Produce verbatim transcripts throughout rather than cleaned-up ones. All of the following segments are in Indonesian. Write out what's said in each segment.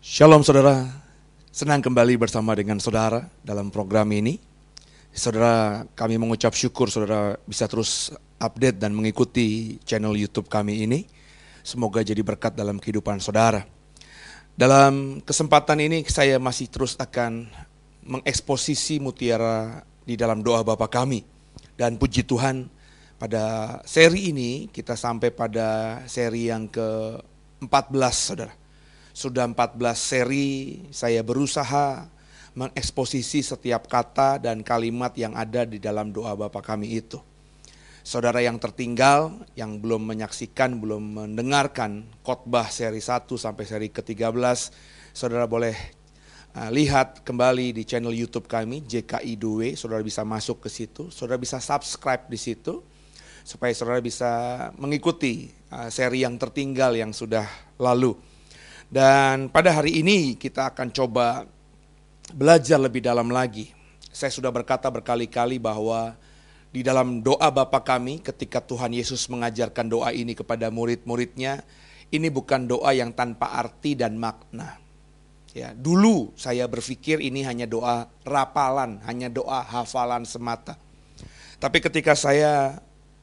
Shalom saudara, senang kembali bersama dengan saudara dalam program ini. Saudara, kami mengucap syukur saudara bisa terus update dan mengikuti channel YouTube kami ini. Semoga jadi berkat dalam kehidupan saudara. Dalam kesempatan ini saya masih terus akan mengeksposisi mutiara di dalam doa Bapa kami. Dan puji Tuhan, pada seri ini kita sampai pada seri yang ke empat belas saudara. Sudah empat belas seri saya berusaha mengeksposisi setiap kata dan kalimat yang ada di dalam doa Bapa kami itu. Saudara yang tertinggal, yang belum menyaksikan, belum mendengarkan khotbah seri satu sampai seri ke tiga belas, saudara boleh uh, lihat kembali di channel YouTube kami, J K I dua W, saudara bisa masuk ke situ, saudara bisa subscribe di situ, supaya saudara bisa mengikuti uh, seri yang tertinggal yang sudah lalu. Dan pada hari ini kita akan coba belajar lebih dalam lagi. Saya sudah berkata berkali-kali bahwa di dalam doa Bapa kami ketika Tuhan Yesus mengajarkan doa ini kepada murid-muridnya, ini bukan doa yang tanpa arti dan makna. Ya, dulu saya berpikir ini hanya doa rapalan, hanya doa hafalan semata. Tapi ketika saya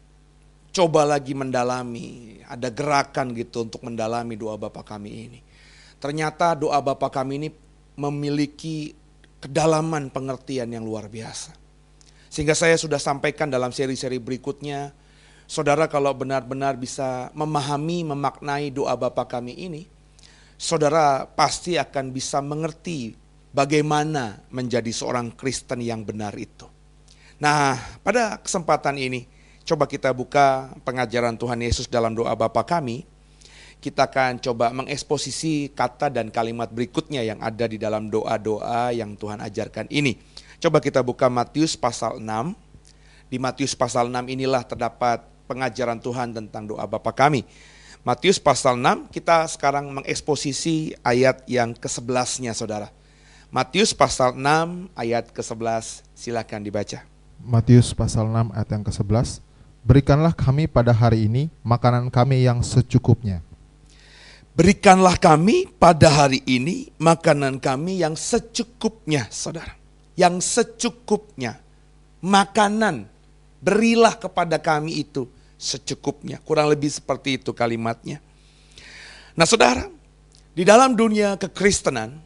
coba lagi mendalami, ada gerakan gitu untuk mendalami doa Bapa kami ini. Ternyata doa Bapa kami ini memiliki kedalaman pengertian yang luar biasa. Sehingga saya sudah sampaikan dalam seri-seri berikutnya, saudara kalau benar-benar bisa memahami, memaknai doa Bapa kami ini, saudara pasti akan bisa mengerti bagaimana menjadi seorang Kristen yang benar itu. Nah, pada kesempatan ini, coba kita buka pengajaran Tuhan Yesus dalam doa Bapa kami. Kita akan coba mengeksposisi kata dan kalimat berikutnya yang ada di dalam doa-doa yang Tuhan ajarkan ini. Coba kita buka Matius pasal enam. Di Matius pasal enam inilah terdapat pengajaran Tuhan tentang doa Bapa kami. Matius pasal enam, kita sekarang mengeksposisi ayat yang kesebelasnya saudara. Matius pasal enam ayat kesebelas, silakan dibaca. Matius pasal enam ayat yang kesebelas. Berikanlah kami pada hari ini makanan kami yang secukupnya. Berikanlah kami pada hari ini makanan kami yang secukupnya, saudara. Yang secukupnya. Makanan, berilah kepada kami itu secukupnya. Kurang lebih seperti itu kalimatnya. Nah saudara, di dalam dunia kekristenan,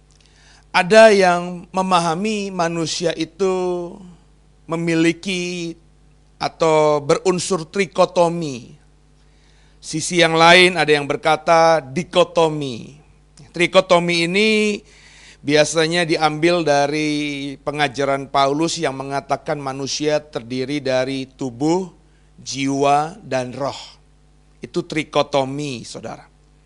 ada yang memahami manusia itu memiliki atau berunsur trikotomi. Sisi yang lain ada yang berkata dikotomi. Trikotomi ini biasanya diambil dari pengajaran Paulus yang mengatakan manusia terdiri dari tubuh, jiwa, dan roh. Itu trikotomi, saudara.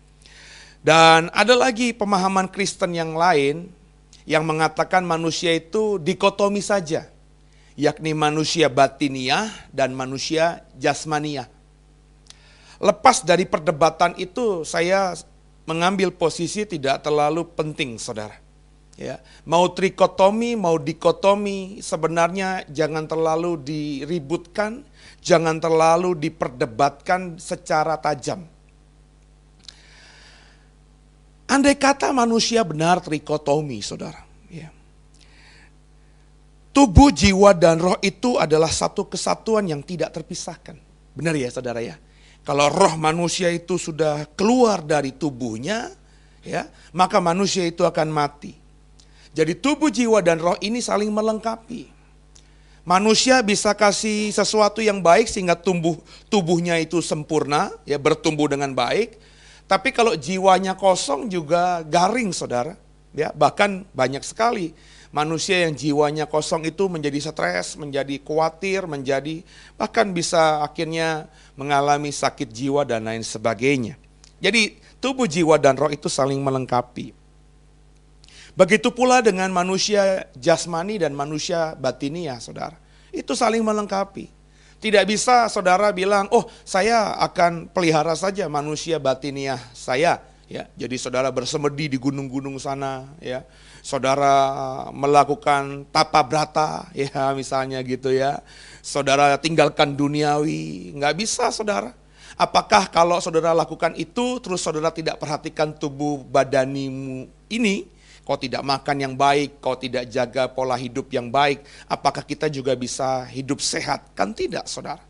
Dan ada lagi pemahaman Kristen yang lain yang mengatakan manusia itu dikotomi saja, yakni manusia batiniah dan manusia jasmaniah. Lepas dari perdebatan itu, saya mengambil posisi tidak terlalu penting, saudara. Ya, mau trikotomi, mau dikotomi, sebenarnya jangan terlalu diributkan, jangan terlalu diperdebatkan secara tajam. Andai kata manusia benar trikotomi, saudara. Ya. Tubuh, jiwa, dan roh itu adalah satu kesatuan yang tidak terpisahkan. Benar ya, saudara ya? Kalau roh manusia itu sudah keluar dari tubuhnya, ya, maka manusia itu akan mati. Jadi tubuh, jiwa, dan roh ini saling melengkapi. Manusia bisa kasih sesuatu yang baik sehingga tumbuh tubuhnya itu sempurna, ya, bertumbuh dengan baik. Tapi kalau jiwanya kosong juga garing, saudara. Ya, bahkan banyak sekali manusia yang jiwanya kosong itu menjadi stres, menjadi khawatir, menjadi bahkan bisa akhirnya mengalami sakit jiwa dan lain sebagainya. Jadi tubuh, jiwa, dan roh itu saling melengkapi. Begitu pula dengan manusia jasmani dan manusia batiniah, saudara. Itu saling melengkapi. Tidak bisa saudara bilang, oh saya akan pelihara saja manusia batiniah saya. Ya, jadi saudara bersemedi di gunung-gunung sana, ya. Saudara melakukan tapa brata, ya misalnya gitu ya. Saudara tinggalkan duniawi, nggak bisa saudara. Apakah kalau saudara lakukan itu, terus saudara tidak perhatikan tubuh badanimu ini, kau tidak makan yang baik, kau tidak jaga pola hidup yang baik, apakah kita juga bisa hidup sehat? Kan tidak, saudara.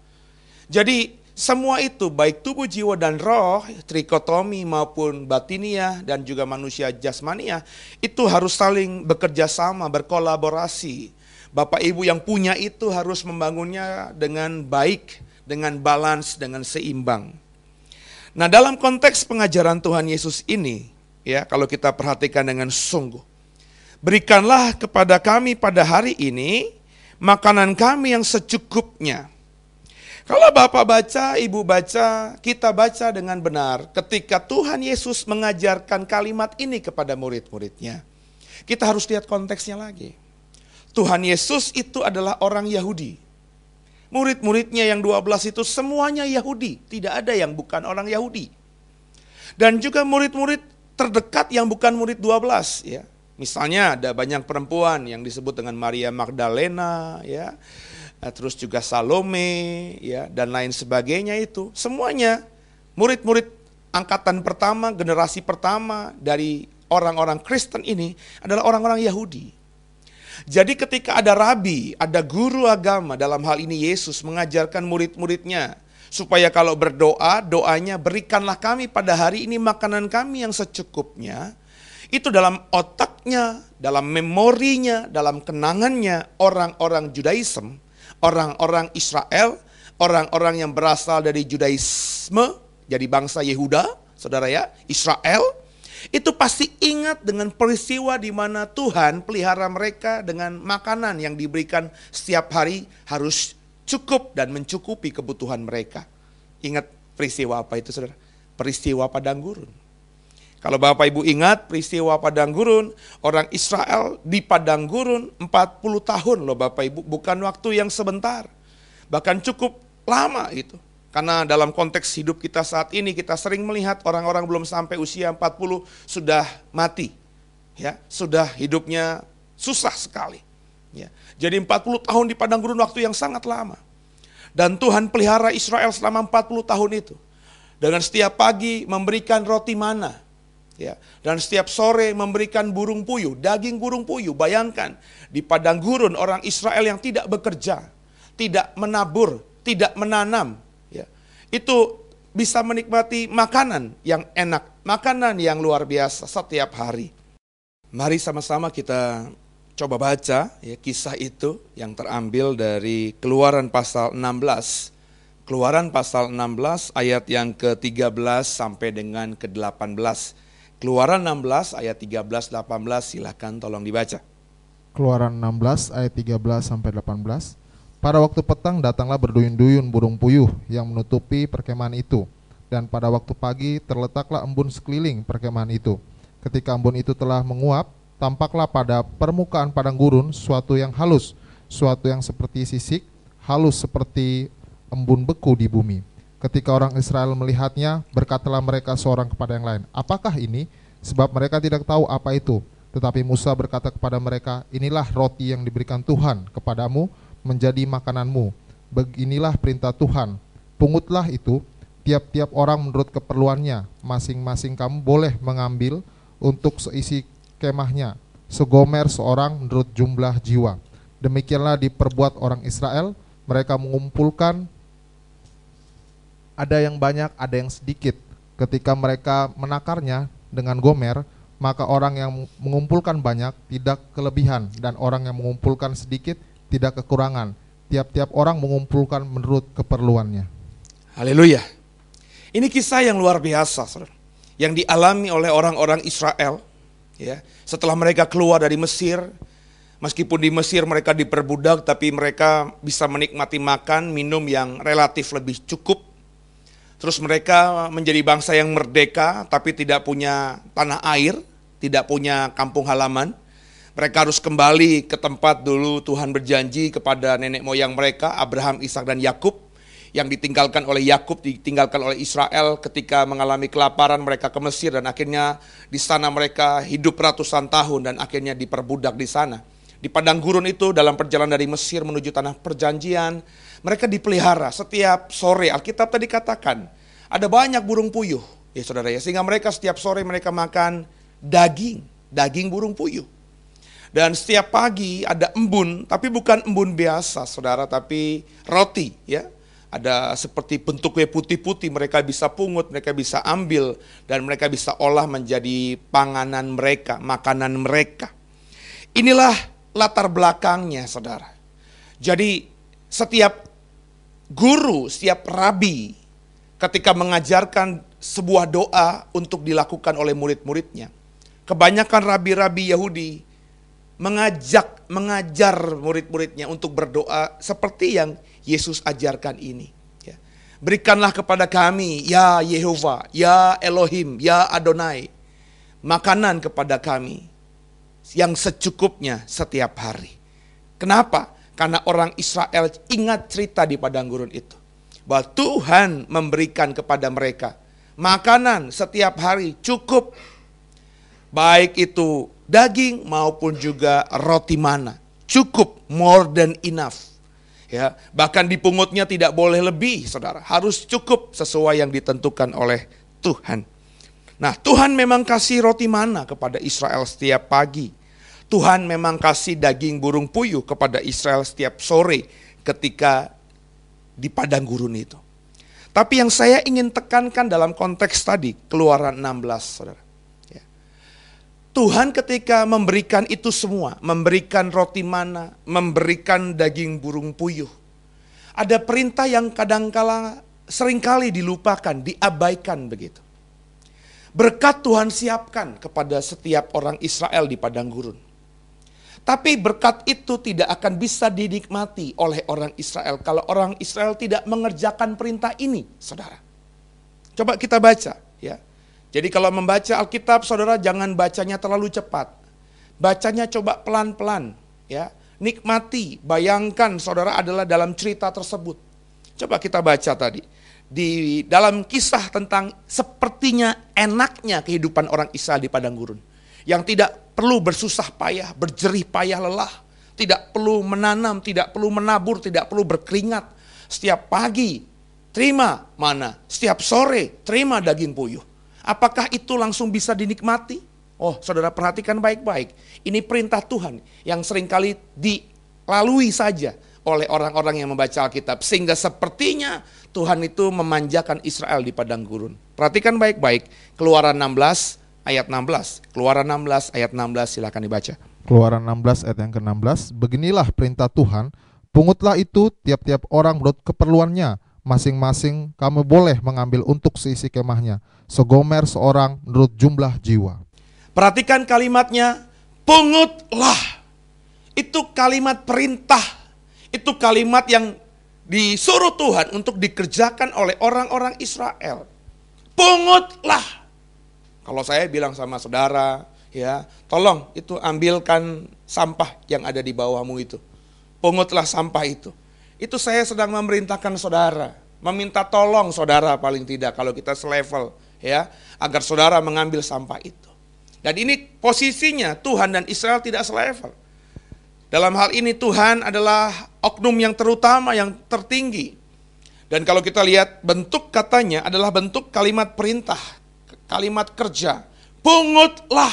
Jadi semua itu, baik tubuh, jiwa, dan roh, trikotomi maupun batiniah dan juga manusia jasmaniah, itu harus saling bekerja sama, berkolaborasi. Bapak Ibu yang punya itu harus membangunnya dengan baik, dengan balance, dengan seimbang. Nah, dalam konteks pengajaran Tuhan Yesus ini, ya, kalau kita perhatikan dengan sungguh, berikanlah kepada kami pada hari ini makanan kami yang secukupnya. Kalau Bapak baca, Ibu baca, kita baca dengan benar ketika Tuhan Yesus mengajarkan kalimat ini kepada murid-muridnya. Kita harus lihat konteksnya lagi. Tuhan Yesus itu adalah orang Yahudi. Murid-muridnya yang dua belas itu semuanya Yahudi, tidak ada yang bukan orang Yahudi. Dan juga murid-murid terdekat yang bukan murid dua belas, ya. Misalnya ada banyak perempuan yang disebut dengan Maria Magdalena, ya. Terus juga Salome, ya, dan lain sebagainya itu. Semuanya murid-murid angkatan pertama, generasi pertama dari orang-orang Kristen ini adalah orang-orang Yahudi. Jadi ketika ada rabi, ada guru agama, dalam hal ini Yesus mengajarkan murid-muridnya supaya kalau berdoa, doanya berikanlah kami pada hari ini makanan kami yang secukupnya. Itu dalam otaknya, dalam memorinya, dalam kenangannya orang-orang Judaism, orang-orang Israel, orang-orang yang berasal dari Judaisme, jadi bangsa Yehuda, saudara ya, Israel. Itu pasti ingat dengan peristiwa di mana Tuhan pelihara mereka dengan makanan yang diberikan setiap hari harus cukup dan mencukupi kebutuhan mereka. Ingat peristiwa apa itu, saudara? Peristiwa padang gurun. Kalau Bapak Ibu ingat peristiwa padang gurun, orang Israel di padang gurun empat puluh tahun loh Bapak Ibu, bukan waktu yang sebentar. Bahkan cukup lama itu. Karena dalam konteks hidup kita saat ini, kita sering melihat orang-orang belum sampai usia empat puluh sudah mati. Ya, sudah hidupnya susah sekali. Ya. Jadi empat puluh tahun di padang gurun waktu yang sangat lama. Dan Tuhan pelihara Israel selama empat puluh tahun itu. Dengan setiap pagi memberikan roti mana. Ya. Dan setiap sore memberikan burung puyuh, daging burung puyuh. Bayangkan, di padang gurun orang Israel yang tidak bekerja, tidak menabur, tidak menanam, itu bisa menikmati makanan yang enak, makanan yang luar biasa setiap hari. Mari sama-sama kita coba baca ya, kisah itu yang terambil dari Keluaran pasal enam belas. Keluaran pasal enam belas ayat yang ke tiga belas sampai dengan ke delapan belas. Keluaran enam belas ayat tiga belas delapan belas, silakan tolong dibaca. Keluaran enam belas ayat tiga belas sampai delapan belas. Pada waktu petang datanglah berduyun-duyun burung puyuh yang menutupi perkemahan itu. Dan pada waktu pagi terletaklah embun sekeliling perkemahan itu. Ketika embun itu telah menguap, tampaklah pada permukaan padang gurun suatu yang halus, suatu yang seperti sisik, halus seperti embun beku di bumi. Ketika orang Israel melihatnya, berkatalah mereka seorang kepada yang lain, "Apakah ini?" Sebab mereka tidak tahu apa itu. Tetapi Musa berkata kepada mereka, "Inilah roti yang diberikan Tuhan kepadamu menjadi makananmu. Beginilah perintah Tuhan. Pungutlah itu, tiap-tiap orang menurut keperluannya. Masing-masing kamu boleh mengambil untuk seisi kemahnya, segomer seorang menurut jumlah jiwa." Demikianlah diperbuat orang Israel. Mereka mengumpulkan, ada yang banyak, ada yang sedikit. Ketika mereka menakarnya dengan gomer, maka orang yang mengumpulkan banyak tidak kelebihan, dan orang yang mengumpulkan sedikit tidak kekurangan. Tiap-tiap orang mengumpulkan menurut keperluannya. Haleluya. Ini kisah yang luar biasa, saudara, yang dialami oleh orang-orang Israel. Ya, setelah mereka keluar dari Mesir, meskipun di Mesir mereka diperbudak, tapi mereka bisa menikmati makan, minum yang relatif lebih cukup. Terus mereka menjadi bangsa yang merdeka, tapi tidak punya tanah air, tidak punya kampung halaman. Mereka harus kembali ke tempat dulu Tuhan berjanji kepada nenek moyang mereka, Abraham, Ishak, dan Yakub. Yang ditinggalkan oleh Yakub, ditinggalkan oleh Israel ketika mengalami kelaparan, mereka ke Mesir. Dan akhirnya di sana mereka hidup ratusan tahun dan akhirnya diperbudak di sana. Di padang gurun itu dalam perjalanan dari Mesir menuju tanah perjanjian, mereka dipelihara setiap sore. Alkitab tadi katakan, ada banyak burung puyuh, ya saudara ya. Sehingga mereka setiap sore mereka makan daging, daging burung puyuh. Dan setiap pagi ada embun, tapi bukan embun biasa saudara, tapi roti ya. Ada seperti bentuk kue putih-putih, mereka bisa pungut, mereka bisa ambil, dan mereka bisa olah menjadi panganan mereka, makanan mereka. Inilah latar belakangnya saudara. Jadi setiap guru, setiap rabi ketika mengajarkan sebuah doa untuk dilakukan oleh murid-muridnya, kebanyakan rabi-rabi Yahudi mengajak, mengajar murid-muridnya untuk berdoa seperti yang Yesus ajarkan ini. Ya. Berikanlah kepada kami, ya Yehova, ya Elohim, ya Adonai, makanan kepada kami yang secukupnya setiap hari. Kenapa? Karena orang Israel ingat cerita di padang gurun itu, bahwa Tuhan memberikan kepada mereka makanan setiap hari cukup, baik itu daging maupun juga roti mana, cukup, more than enough. Ya, bahkan dipungutnya tidak boleh lebih, saudara. Harus cukup sesuai yang ditentukan oleh Tuhan. Nah, Tuhan memang kasih roti mana kepada Israel setiap pagi. Tuhan memang kasih daging burung puyuh kepada Israel setiap sore ketika di padang gurun itu. Tapi yang saya ingin tekankan dalam konteks tadi, Keluaran enam belas, saudara. Tuhan ketika memberikan itu semua, memberikan roti mana, memberikan daging burung puyuh, ada perintah yang kadangkala seringkali dilupakan, diabaikan begitu. Berkat Tuhan siapkan kepada setiap orang Israel di padang gurun. Tapi berkat itu tidak akan bisa dinikmati oleh orang Israel kalau orang Israel tidak mengerjakan perintah ini, saudara. Coba kita baca, ya. Jadi kalau membaca Alkitab, saudara jangan bacanya terlalu cepat. Bacanya coba pelan-pelan, ya. Nikmati, bayangkan saudara adalah dalam cerita tersebut. Coba kita baca tadi. Di dalam kisah tentang sepertinya enaknya kehidupan orang Israel di padang gurun. Yang tidak perlu bersusah payah, berjerih payah lelah. Tidak perlu menanam, tidak perlu menabur, tidak perlu berkeringat. Setiap pagi, terima mana. Setiap sore, terima daging puyuh. Apakah itu langsung bisa dinikmati? Oh, saudara perhatikan baik-baik. Ini perintah Tuhan yang seringkali dilalui saja oleh orang-orang yang membaca Alkitab. Sehingga sepertinya Tuhan itu memanjakan Israel di padang gurun. Perhatikan baik-baik. Keluaran enam belas ayat enam belas. Keluaran enam belas ayat enam belas, silakan dibaca. Keluaran enam belas ayat yang ke enam belas. Beginilah perintah Tuhan, pungutlah itu tiap-tiap orang menurut keperluannya. Masing-masing kamu boleh mengambil untuk seisi kemahnya, segomer seorang menurut jumlah jiwa. Perhatikan kalimatnya, pungutlah. Itu kalimat perintah. Itu kalimat yang disuruh Tuhan untuk dikerjakan oleh orang-orang Israel. Pungutlah. Kalau saya bilang sama saudara, ya, tolong itu ambilkan sampah yang ada di bawahmu itu. Pungutlah sampah itu. Itu saya sedang memerintahkan saudara, meminta tolong saudara paling tidak kalau kita selevel, ya, agar saudara mengambil sampah itu. Dan ini posisinya Tuhan dan Israel tidak selevel. Dalam hal ini Tuhan adalah oknum yang terutama, yang tertinggi. Dan kalau kita lihat bentuk katanya adalah bentuk kalimat perintah, kalimat kerja. Pungutlah.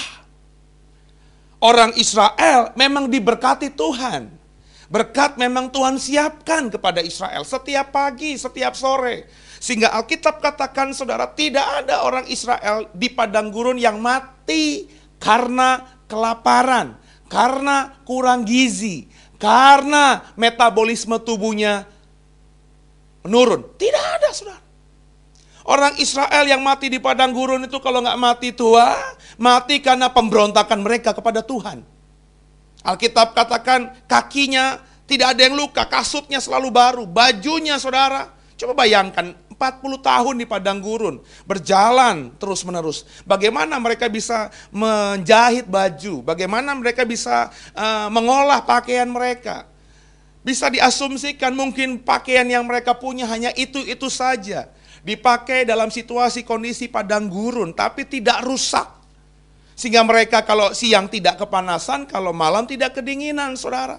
Orang Israel memang diberkati Tuhan. Berkat memang Tuhan siapkan kepada Israel setiap pagi, setiap sore. Sehingga Alkitab katakan saudara, tidak ada orang Israel di padang gurun yang mati karena kelaparan, karena kurang gizi, karena metabolisme tubuhnya menurun. Tidak ada saudara. Orang Israel yang mati di padang gurun itu kalau nggak mati tua, mati karena pemberontakan mereka kepada Tuhan. Alkitab katakan kakinya tidak ada yang luka, kasutnya selalu baru, bajunya saudara. Coba bayangkan empat puluh tahun di padang gurun, berjalan terus menerus. Bagaimana mereka bisa menjahit baju, bagaimana mereka bisa uh, mengolah pakaian mereka. Bisa diasumsikan mungkin pakaian yang mereka punya hanya itu-itu saja. Dipakai dalam situasi kondisi padang gurun, tapi tidak rusak. Sehingga mereka kalau siang tidak kepanasan, kalau malam tidak kedinginan, saudara.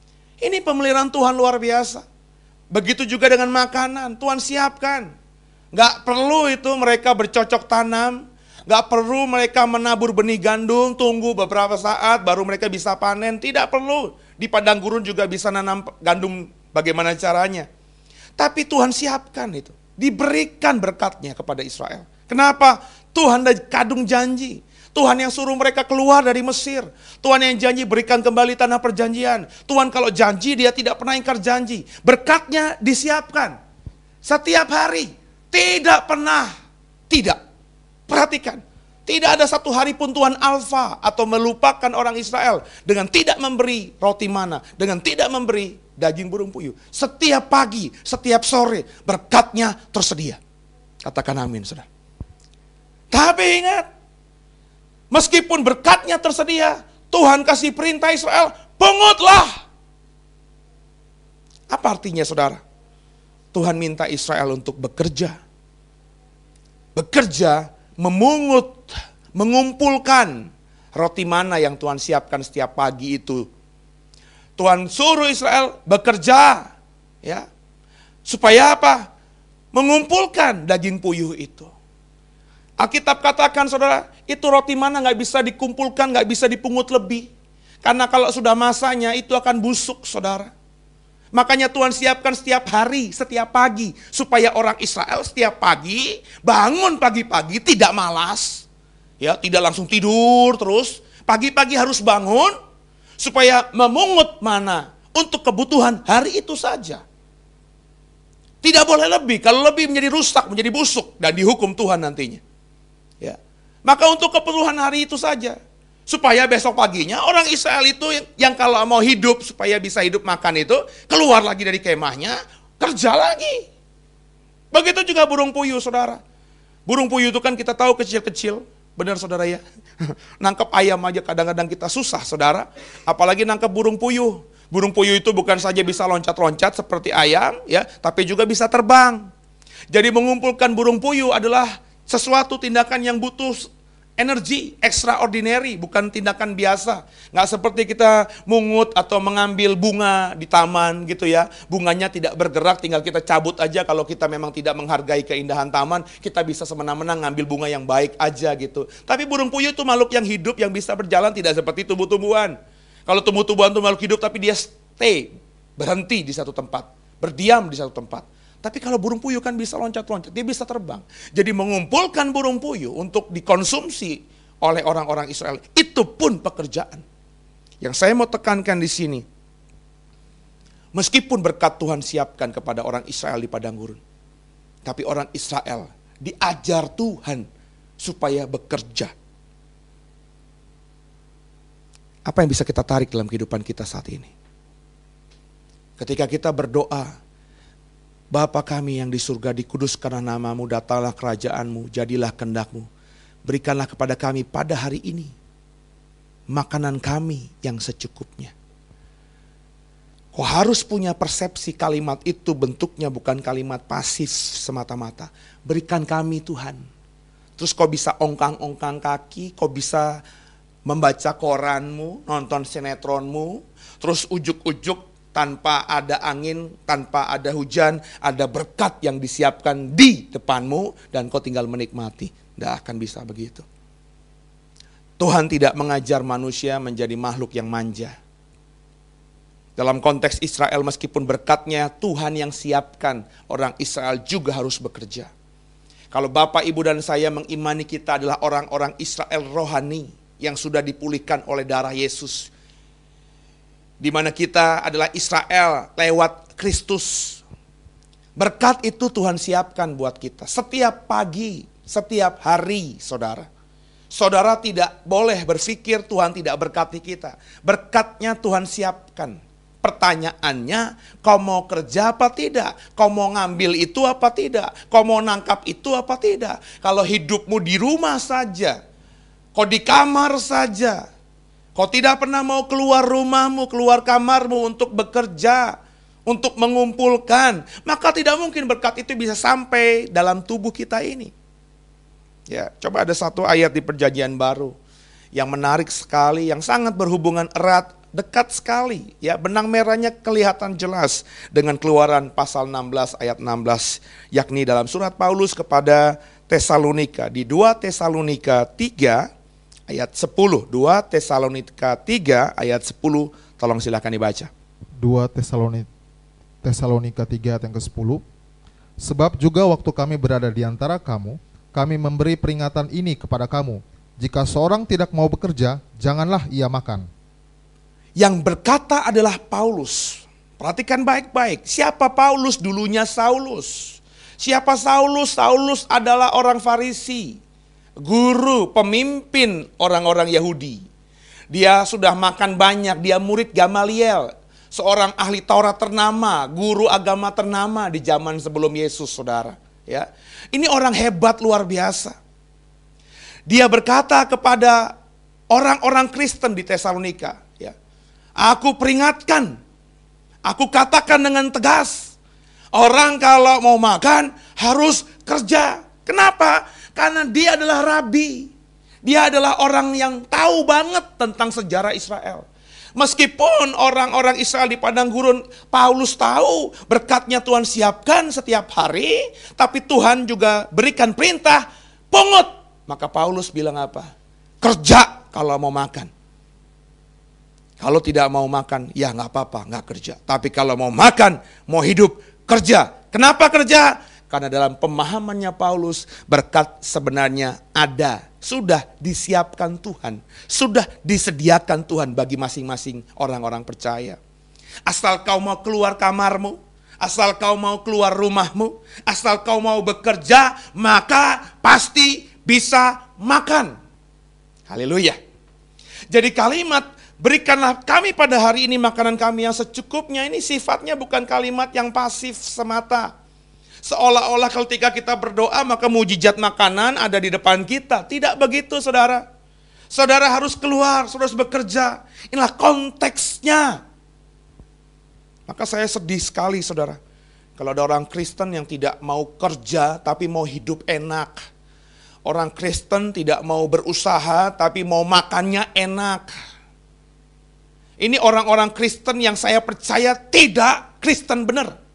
Ini pemeliharaan Tuhan luar biasa. Begitu juga dengan makanan, Tuhan siapkan. Gak perlu itu mereka bercocok tanam. Gak perlu mereka menabur benih gandum, tunggu beberapa saat baru mereka bisa panen. Tidak perlu. Di padang gurun juga bisa nanam gandum, bagaimana caranya. Tapi Tuhan siapkan itu. Diberikan berkatnya kepada Israel. Kenapa? Tuhan ada kadung janji. Tuhan yang suruh mereka keluar dari Mesir. Tuhan yang janji berikan kembali tanah perjanjian. Tuhan kalau janji dia tidak pernah ingkar janji. Berkatnya disiapkan. Setiap hari. Tidak pernah. Tidak. Perhatikan, tidak ada satu hari pun Tuhan alfa atau melupakan orang Israel dengan tidak memberi roti mana, dengan tidak memberi daging burung puyuh. Setiap pagi, setiap sore berkatnya tersedia. Katakan amin, saudara. Tapi ingat, meskipun berkatnya tersedia, Tuhan kasih perintah Israel, pungutlah. Apa artinya, saudara? Tuhan minta Israel untuk bekerja. Bekerja, memungut, mengumpulkan roti mana yang Tuhan siapkan setiap pagi itu. Tuhan suruh Israel bekerja, ya, supaya apa? Mengumpulkan daging puyuh itu. Alkitab katakan, saudara, itu roti mana nggak bisa dikumpulkan, nggak bisa dipungut lebih. Karena kalau sudah masanya itu akan busuk, saudara. Makanya Tuhan siapkan setiap hari, setiap pagi. Supaya orang Israel setiap pagi, bangun pagi-pagi tidak malas. Ya, tidak langsung tidur terus. Pagi-pagi harus bangun, supaya memungut mana untuk kebutuhan hari itu saja. Tidak boleh lebih, kalau lebih menjadi rusak, menjadi busuk, dan dihukum Tuhan nantinya. Ya. Maka untuk keperluan hari itu saja. Supaya besok paginya orang Israel itu yang, yang kalau mau hidup, supaya bisa hidup makan itu, keluar lagi dari kemahnya, kerja lagi. Begitu juga burung puyuh, saudara. Burung puyuh itu kan kita tahu kecil-kecil, benar saudara ya. Nangkep ayam aja kadang-kadang kita susah, saudara. Apalagi nangkep burung puyuh. Burung puyuh itu bukan saja bisa loncat-loncat seperti ayam, ya, tapi juga bisa terbang. Jadi mengumpulkan burung puyuh adalah sesuatu tindakan yang butuh energi extraordinary, bukan tindakan biasa. Nggak seperti kita mungut atau mengambil bunga di taman gitu ya. Bunganya tidak bergerak, tinggal kita cabut aja. Kalau kita memang tidak menghargai keindahan taman, kita bisa semena-mena ngambil bunga yang baik aja gitu. Tapi burung puyuh itu makhluk yang hidup, yang bisa berjalan, tidak seperti tumbuh-tumbuhan. Kalau tumbuh-tumbuhan itu makhluk hidup, tapi dia stay, berhenti di satu tempat, berdiam di satu tempat. Tapi kalau burung puyuh kan bisa loncat-loncat, dia bisa terbang. Jadi mengumpulkan burung puyuh untuk dikonsumsi oleh orang-orang Israel, itu pun pekerjaan. Yang saya mau tekankan di sini, meskipun berkat Tuhan siapkan kepada orang Israel di padang gurun, tapi orang Israel diajar Tuhan supaya bekerja. Apa yang bisa kita tarik dalam kehidupan kita saat ini? Ketika kita berdoa, Bapa kami yang di surga, dikuduskanlah namamu, datanglah kerajaanmu, jadilah kehendakmu. Berikanlah kepada kami pada hari ini makanan kami yang secukupnya. Kau harus punya persepsi kalimat itu bentuknya bukan kalimat pasif semata-mata. Berikan kami Tuhan. Terus kau bisa ongkang-ongkang kaki, kau bisa membaca koranmu, nonton sinetronmu, terus ujuk-ujuk tanpa ada angin, tanpa ada hujan, ada berkat yang disiapkan di depanmu dan kau tinggal menikmati. Tidak akan bisa begitu. Tuhan tidak mengajar manusia menjadi makhluk yang manja. Dalam konteks Israel, meskipun berkatnya Tuhan yang siapkan, orang Israel juga harus bekerja. Kalau Bapak, Ibu, dan saya mengimani kita adalah orang-orang Israel rohani yang sudah dipulihkan oleh darah Yesus, di mana kita adalah Israel lewat Kristus. Berkat itu Tuhan siapkan buat kita setiap pagi, setiap hari, saudara. Saudara tidak boleh berpikir Tuhan tidak berkati kita. Berkatnya Tuhan siapkan. Pertanyaannya, kau mau kerja apa tidak? Kau mau ngambil itu apa tidak? Kau mau nangkap itu apa tidak? Kalau hidupmu di rumah saja, kau di kamar saja, kau tidak pernah mau keluar rumahmu, keluar kamarmu untuk bekerja, untuk mengumpulkan, maka tidak mungkin berkat itu bisa sampai dalam tubuh kita ini. Ya, coba ada satu ayat di Perjanjian Baru yang menarik sekali, yang sangat berhubungan erat dekat sekali. Ya, benang merahnya kelihatan jelas dengan Keluaran pasal enam belas ayat enam belas, yakni dalam surat Paulus kepada Tesalonika di dua Tesalonika tiga ayat sepuluh. dua Tesalonika tiga ayat sepuluh, tolong silakan dibaca. dua Tesalonika Tesalonika tiga ayat yang kesepuluh. Sebab juga waktu kami berada di antara kamu, kami memberi peringatan ini kepada kamu, jika seorang tidak mau bekerja, janganlah ia makan. Yang berkata adalah Paulus. Perhatikan baik-baik, siapa Paulus? Dulunya Saulus. Siapa Saulus? Saulus adalah orang Farisi, guru, pemimpin orang-orang Yahudi. Dia sudah makan banyak, dia murid Gamaliel, seorang ahli Taurat ternama, guru agama ternama di zaman sebelum Yesus, saudara. Ya, ini orang hebat luar biasa. Dia berkata kepada orang-orang Kristen di Tesalonika, ya, aku peringatkan, aku katakan dengan tegas, orang kalau mau makan harus kerja. Kenapa? Karena dia adalah rabi. Dia adalah orang yang tahu banget tentang sejarah Israel. Meskipun orang-orang Israel di padang gurun, Paulus tahu berkatnya Tuhan siapkan setiap hari, tapi Tuhan juga berikan perintah, pungut. Maka Paulus bilang apa? Kerja kalau mau makan. Kalau tidak mau makan, ya nggak apa-apa, nggak kerja. Tapi kalau mau makan, mau hidup, kerja. Kenapa kerja? Karena dalam pemahamannya Paulus, berkat sebenarnya ada, sudah disiapkan Tuhan, sudah disediakan Tuhan bagi masing-masing orang-orang percaya. Asal kau mau keluar kamarmu, asal kau mau keluar rumahmu, asal kau mau bekerja, maka pasti bisa makan. Haleluya. Jadi kalimat berikanlah kami pada hari ini makanan kami yang secukupnya, ini sifatnya bukan kalimat yang pasif semata. Seolah-olah ketika kita berdoa maka mujizat makanan ada di depan kita. Tidak begitu, saudara. Saudara harus keluar, saudara harus bekerja. Inilah konteksnya. Maka saya sedih sekali, saudara, kalau ada orang Kristen yang tidak mau kerja tapi mau hidup enak. Orang Kristen tidak mau berusaha tapi mau makannya enak. Ini orang-orang Kristen yang saya percaya tidak Kristen benar.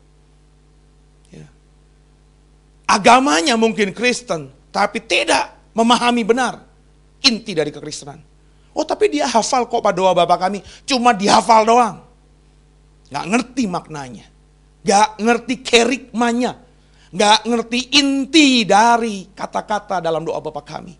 Agamanya mungkin Kristen, tapi tidak memahami benar inti dari kekristenan. Oh, tapi dia hafal kok pada doa Bapa kami, cuma dihafal doang. Gak ngerti maknanya, gak ngerti kerikmanya, gak ngerti inti dari kata-kata dalam doa Bapa kami.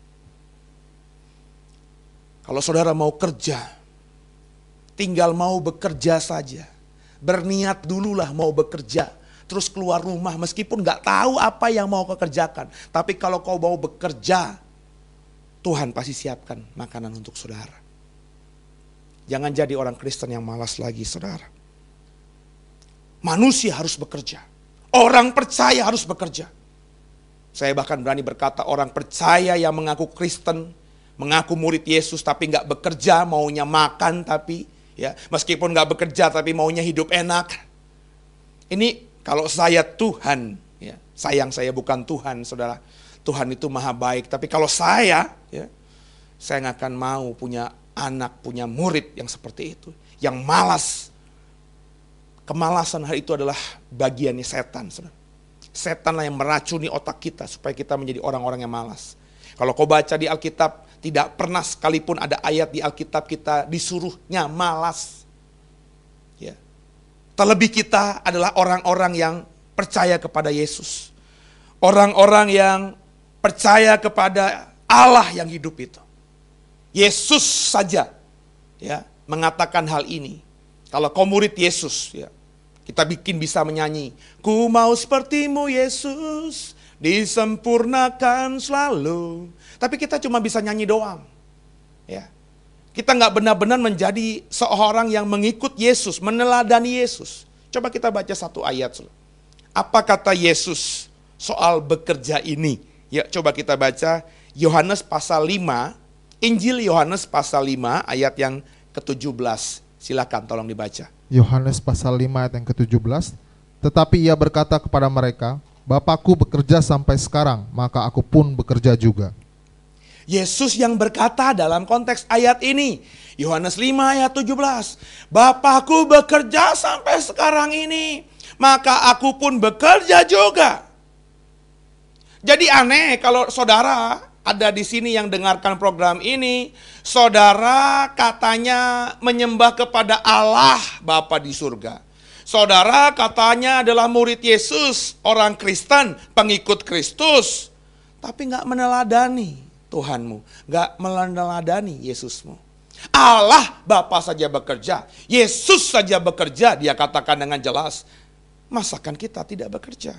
Kalau saudara mau kerja, tinggal mau bekerja saja. Berniat dululah mau bekerja. Terus keluar rumah meskipun gak tahu apa yang mau kau kerjakan. Tapi kalau kau mau bekerja, Tuhan pasti siapkan makanan untuk saudara. Jangan jadi orang Kristen yang malas lagi, saudara. Manusia harus bekerja. Orang percaya harus bekerja. Saya bahkan berani berkata orang percaya yang mengaku Kristen, mengaku murid Yesus tapi gak bekerja, maunya makan tapi ya meskipun gak bekerja tapi maunya hidup enak. Ini kalau saya Tuhan, ya, sayang saya bukan Tuhan, saudara. Tuhan itu maha baik. Tapi kalau saya, ya, saya nggak akan mau punya anak, punya murid yang seperti itu. Yang malas. Kemalasan hari itu adalah bagiannya setan, saudara. Setanlah yang meracuni otak kita supaya kita menjadi orang-orang yang malas. Kalau kau baca di Alkitab, tidak pernah sekalipun ada ayat di Alkitab kita disuruhnya malas. Terlebih kita adalah orang-orang yang percaya kepada Yesus. Orang-orang yang percaya kepada Allah yang hidup itu. Yesus saja ya mengatakan hal ini. Kalau kau murid Yesus, ya, kita bikin bisa menyanyi. Ku mau sepertimu Yesus, disempurnakan selalu. Tapi kita cuma bisa nyanyi doang. Ya. Kita nggak benar-benar menjadi seorang yang mengikut Yesus, meneladani Yesus. Coba kita baca satu ayat. Apa kata Yesus soal bekerja ini? Ya, coba kita baca Yohanes pasal lima, Injil Yohanes pasal lima ayat yang ketujuh belas. Silakan tolong dibaca. Yohanes pasal lima ayat yang ketujuh belas. Tetapi ia berkata kepada mereka, Bapakku bekerja sampai sekarang, maka aku pun bekerja juga. Yesus yang berkata dalam konteks ayat ini, Yohanes lima ayat tujuh belas, Bapakku bekerja sampai sekarang ini, maka aku pun bekerja juga. Jadi aneh kalau saudara ada di sini yang dengarkan program ini, saudara katanya menyembah kepada Allah Bapa di surga. Saudara katanya adalah murid Yesus, orang Kristen, pengikut Kristus, tapi nggak meneladani Tuhanmu, nggak meneladani Yesusmu. Allah Bapa saja bekerja, Yesus saja bekerja, dia katakan dengan jelas. Masakan kita tidak bekerja?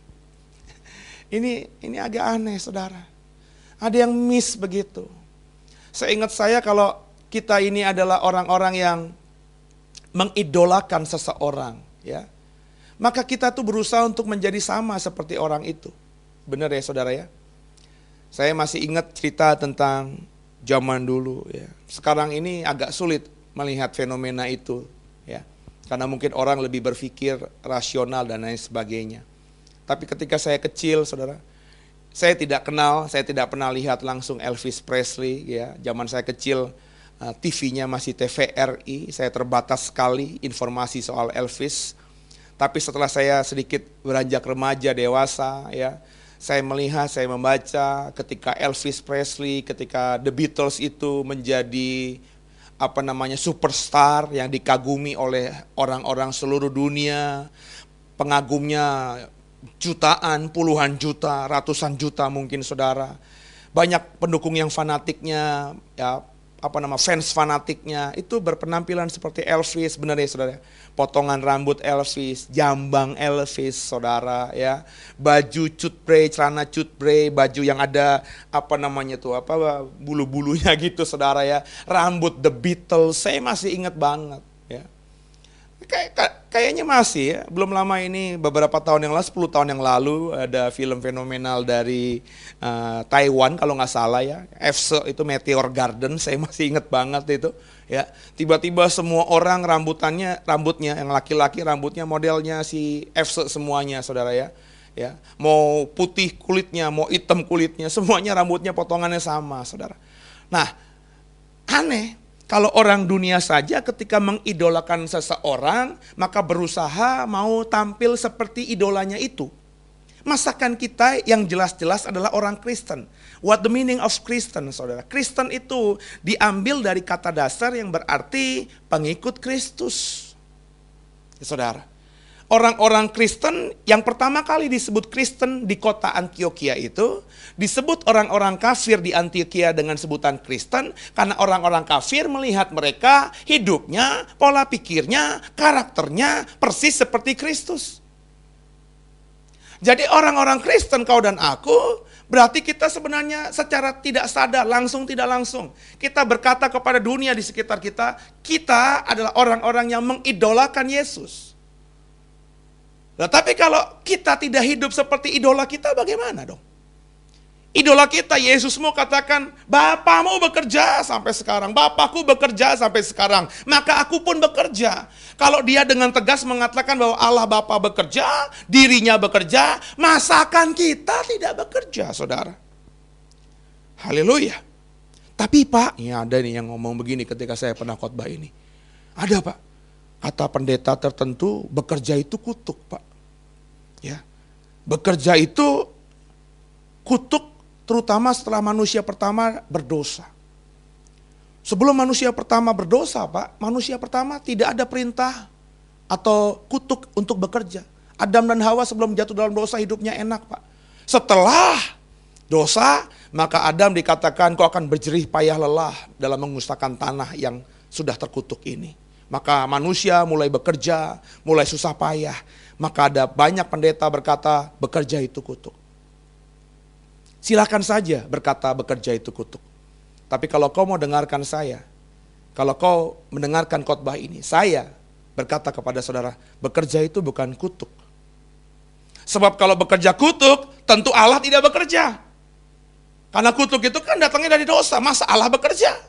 Ini ini agak aneh, saudara. Ada yang miss begitu. Seingat saya kalau kita ini adalah orang-orang yang mengidolakan seseorang, ya, maka kita tuh berusaha untuk menjadi sama seperti orang itu. Benar ya saudara ya? Saya masih ingat cerita tentang zaman dulu ya. Sekarang ini agak sulit melihat fenomena itu ya. Karena mungkin orang lebih berpikir rasional dan lain sebagainya. Tapi ketika saya kecil, saudara, saya tidak kenal, saya tidak pernah lihat langsung Elvis Presley ya. Zaman saya kecil T V-nya masih T V R I, saya terbatas sekali informasi soal Elvis. Tapi setelah saya sedikit beranjak remaja dewasa ya, saya melihat, saya membaca ketika Elvis Presley, ketika The Beatles itu menjadi apa namanya superstar yang dikagumi oleh orang-orang seluruh dunia, pengagumnya jutaan, puluhan juta, ratusan juta mungkin saudara. Banyak pendukung yang fanatiknya, ya apa nama fans fanatiknya itu berpenampilan seperti Elvis, benar ya saudara. Potongan rambut Elvis, jambang Elvis, saudara ya. Baju cutbre, celana cutbre, baju yang ada apa namanya tuh, apa bulu-bulunya gitu saudara ya. Rambut The Beatles, saya masih ingat banget ya. Kayak, kayaknya masih ya, belum lama ini beberapa tahun yang lalu, sepuluh tahun yang lalu ada film fenomenal dari uh, Taiwan kalau nggak salah ya, F S E itu Meteor Garden, saya masih ingat banget itu ya. Tiba-tiba semua orang rambutannya, rambutnya yang laki-laki rambutnya modelnya si F S E semuanya saudara ya. Ya, mau putih kulitnya, mau hitam kulitnya, semuanya rambutnya potongannya sama saudara. Nah, aneh. Kalau orang dunia saja ketika mengidolakan seseorang, maka berusaha mau tampil seperti idolanya itu. Masakan kita yang jelas-jelas adalah orang Kristen. What the meaning of Kristen, saudara? Kristen itu diambil dari kata dasar yang berarti pengikut Kristus. Ya, saudara. Orang-orang Kristen yang pertama kali disebut Kristen di kota Antioquia itu, disebut orang-orang kafir di Antioquia dengan sebutan Kristen, karena orang-orang kafir melihat mereka hidupnya, pola pikirnya, karakternya persis seperti Kristus. Jadi orang-orang Kristen kau dan aku, berarti kita sebenarnya secara tidak sadar, langsung tidak langsung, kita berkata kepada dunia di sekitar kita, kita adalah orang-orang yang mengidolakan Yesus. Nah, tapi kalau kita tidak hidup seperti idola kita, bagaimana dong? Idola kita, Yesusmu katakan, Bapamu bekerja sampai sekarang, Bapakku bekerja sampai sekarang, maka aku pun bekerja. Kalau dia dengan tegas mengatakan bahwa Allah Bapa bekerja, dirinya bekerja, masakan kita tidak bekerja, saudara? Haleluya. Tapi Pak, ya ada nih yang ngomong begini ketika saya pernah khotbah ini. Ada Pak, kata pendeta tertentu, bekerja itu kutuk Pak. Ya, bekerja itu kutuk terutama setelah manusia pertama berdosa. Sebelum manusia pertama berdosa Pak, manusia pertama tidak ada perintah atau kutuk untuk bekerja. Adam dan Hawa sebelum jatuh dalam dosa hidupnya enak Pak. Setelah dosa, maka Adam dikatakan kau akan berjerih payah lelah dalam mengusahakan tanah yang sudah terkutuk ini. Maka manusia mulai bekerja, mulai susah payah. Maka ada banyak pendeta berkata bekerja itu kutuk. Silakan saja berkata bekerja itu kutuk. Tapi kalau kau mau dengarkan saya, kalau kau mendengarkan khotbah ini, saya berkata kepada saudara, bekerja itu bukan kutuk. Sebab kalau bekerja kutuk, tentu Allah tidak bekerja. Karena kutuk itu kan datangnya dari dosa, masa Allah bekerja?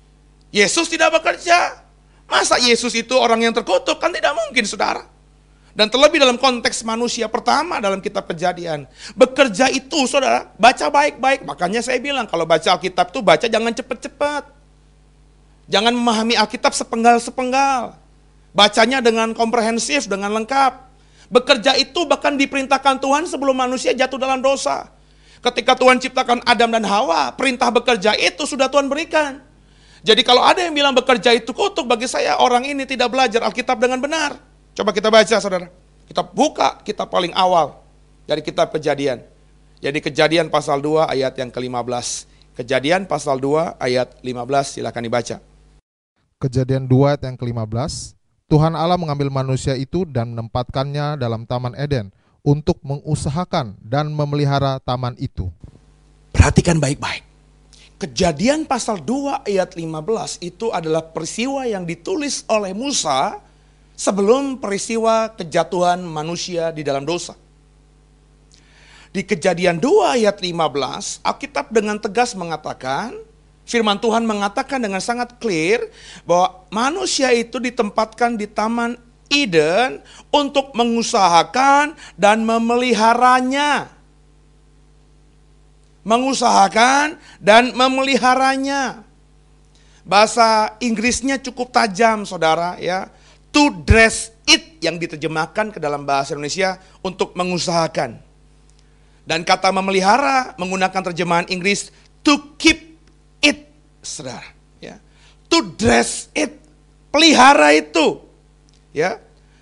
Yesus tidak bekerja. Masa Yesus itu orang yang terkutuk? Kan tidak mungkin saudara. Dan terlebih dalam konteks manusia pertama dalam kitab Kejadian. Bekerja itu saudara, baca baik-baik. Makanya saya bilang kalau baca Alkitab itu baca jangan cepat-cepat. Jangan memahami Alkitab sepenggal-sepenggal. Bacanya dengan komprehensif, dengan lengkap. Bekerja itu bahkan diperintahkan Tuhan sebelum manusia jatuh dalam dosa. Ketika Tuhan ciptakan Adam dan Hawa, perintah bekerja itu sudah Tuhan berikan. Jadi kalau ada yang bilang bekerja itu kutuk, bagi saya orang ini tidak belajar Alkitab dengan benar. Coba kita baca saudara. Kita buka kitab paling awal dari kitab Kejadian. Jadi Kejadian pasal dua ayat yang kelima belas. Kejadian pasal dua ayat lima belas, silakan dibaca. Kejadian dua ayat yang kelima belas. Tuhan Allah mengambil manusia itu dan menempatkannya dalam Taman Eden untuk mengusahakan dan memelihara taman itu. Perhatikan baik-baik. Kejadian pasal dua ayat lima belas itu adalah peristiwa yang ditulis oleh Musa sebelum peristiwa kejatuhan manusia di dalam dosa. Di Kejadian dua ayat lima belas, Alkitab dengan tegas mengatakan, firman Tuhan mengatakan dengan sangat clear bahwa manusia itu ditempatkan di Taman Eden untuk mengusahakan dan memeliharanya. Mengusahakan dan memeliharanya. Bahasa Inggrisnya cukup tajam saudara ya. To dress it yang diterjemahkan ke dalam bahasa Indonesia untuk mengusahakan. Dan kata memelihara menggunakan terjemahan Inggris to keep it, saudara. Ya. To dress it, pelihara itu. Ya.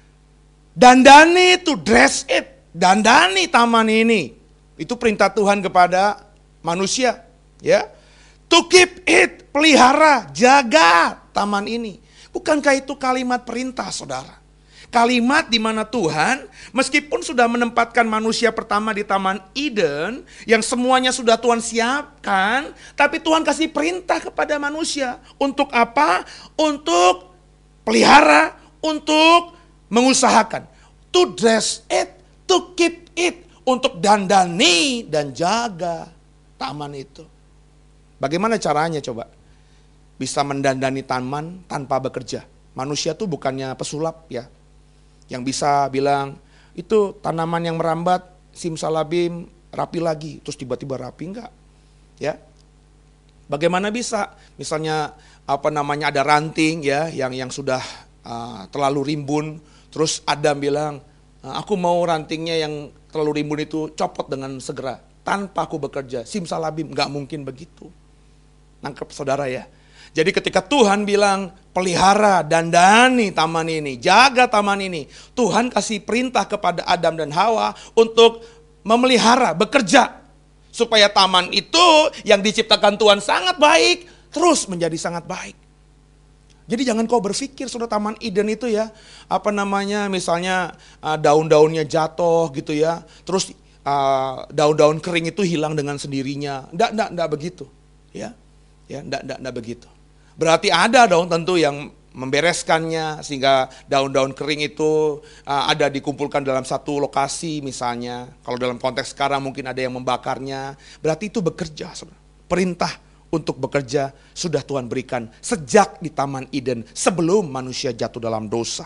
Dandani to dress it, dandani taman ini. Itu perintah Tuhan kepada manusia. Ya. To keep it, pelihara, jaga taman ini. Bukankah itu kalimat perintah saudara? Kalimat di mana Tuhan meskipun sudah menempatkan manusia pertama di Taman Eden yang semuanya sudah Tuhan siapkan, tapi Tuhan kasih perintah kepada manusia. Untuk apa? Untuk pelihara, untuk mengusahakan. To dress it, to keep it, untuk dandani dan jaga taman itu. Bagaimana caranya coba? Bisa mendandani taman tanpa bekerja. Manusia tuh bukannya pesulap ya. Yang bisa bilang, itu tanaman yang merambat, simsalabim, rapi lagi. Terus tiba-tiba rapi, enggak. Ya. Bagaimana bisa? Misalnya apa namanya ada ranting ya yang yang sudah uh, terlalu rimbun. Terus Adam bilang, aku mau rantingnya yang terlalu rimbun itu copot dengan segera. Tanpa aku bekerja. Simsalabim, enggak mungkin begitu. Nangkep saudara ya. Jadi ketika Tuhan bilang pelihara, dandani taman ini, jaga taman ini. Tuhan kasih perintah kepada Adam dan Hawa untuk memelihara, bekerja. Supaya taman itu yang diciptakan Tuhan sangat baik, terus menjadi sangat baik. Jadi jangan kau berpikir saudara Taman Eden itu ya, apa namanya misalnya uh, daun-daunnya jatuh gitu ya. Terus uh, daun-daun kering itu hilang dengan sendirinya. Nggak, nggak, nggak begitu. Ya, ya nggak, nggak, nggak begitu. Berarti ada dong tentu yang membereskannya sehingga daun-daun kering itu uh, ada dikumpulkan dalam satu lokasi misalnya. Kalau dalam konteks sekarang mungkin ada yang membakarnya. Berarti itu bekerja. Saudara. Perintah untuk bekerja sudah Tuhan berikan sejak di Taman Eden sebelum manusia jatuh dalam dosa.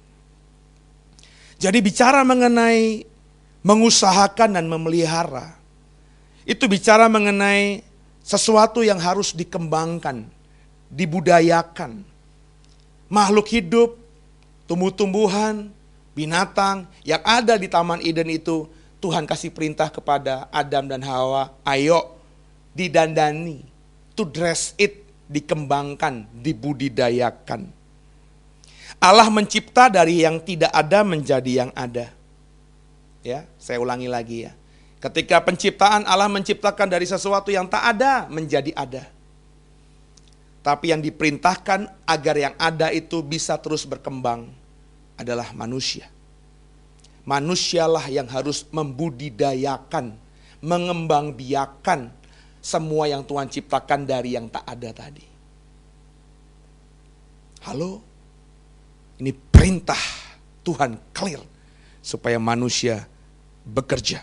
Jadi bicara mengenai mengusahakan dan memelihara, itu bicara mengenai sesuatu yang harus dikembangkan, dibudayakan. Makhluk hidup, tumbuh-tumbuhan, binatang yang ada di Taman Eden itu Tuhan kasih perintah kepada Adam dan Hawa, ayo didandani, to dress it, dikembangkan, dibudidayakan. Allah mencipta dari yang tidak ada menjadi yang ada. Ya, saya ulangi lagi ya. Ketika penciptaan Allah menciptakan dari sesuatu yang tak ada menjadi ada. Tapi yang diperintahkan agar yang ada itu bisa terus berkembang adalah manusia. Manusialah yang harus membudidayakan, mengembangbiakan semua yang Tuhan ciptakan dari yang tak ada tadi. Halo? Ini perintah Tuhan clear supaya manusia bekerja.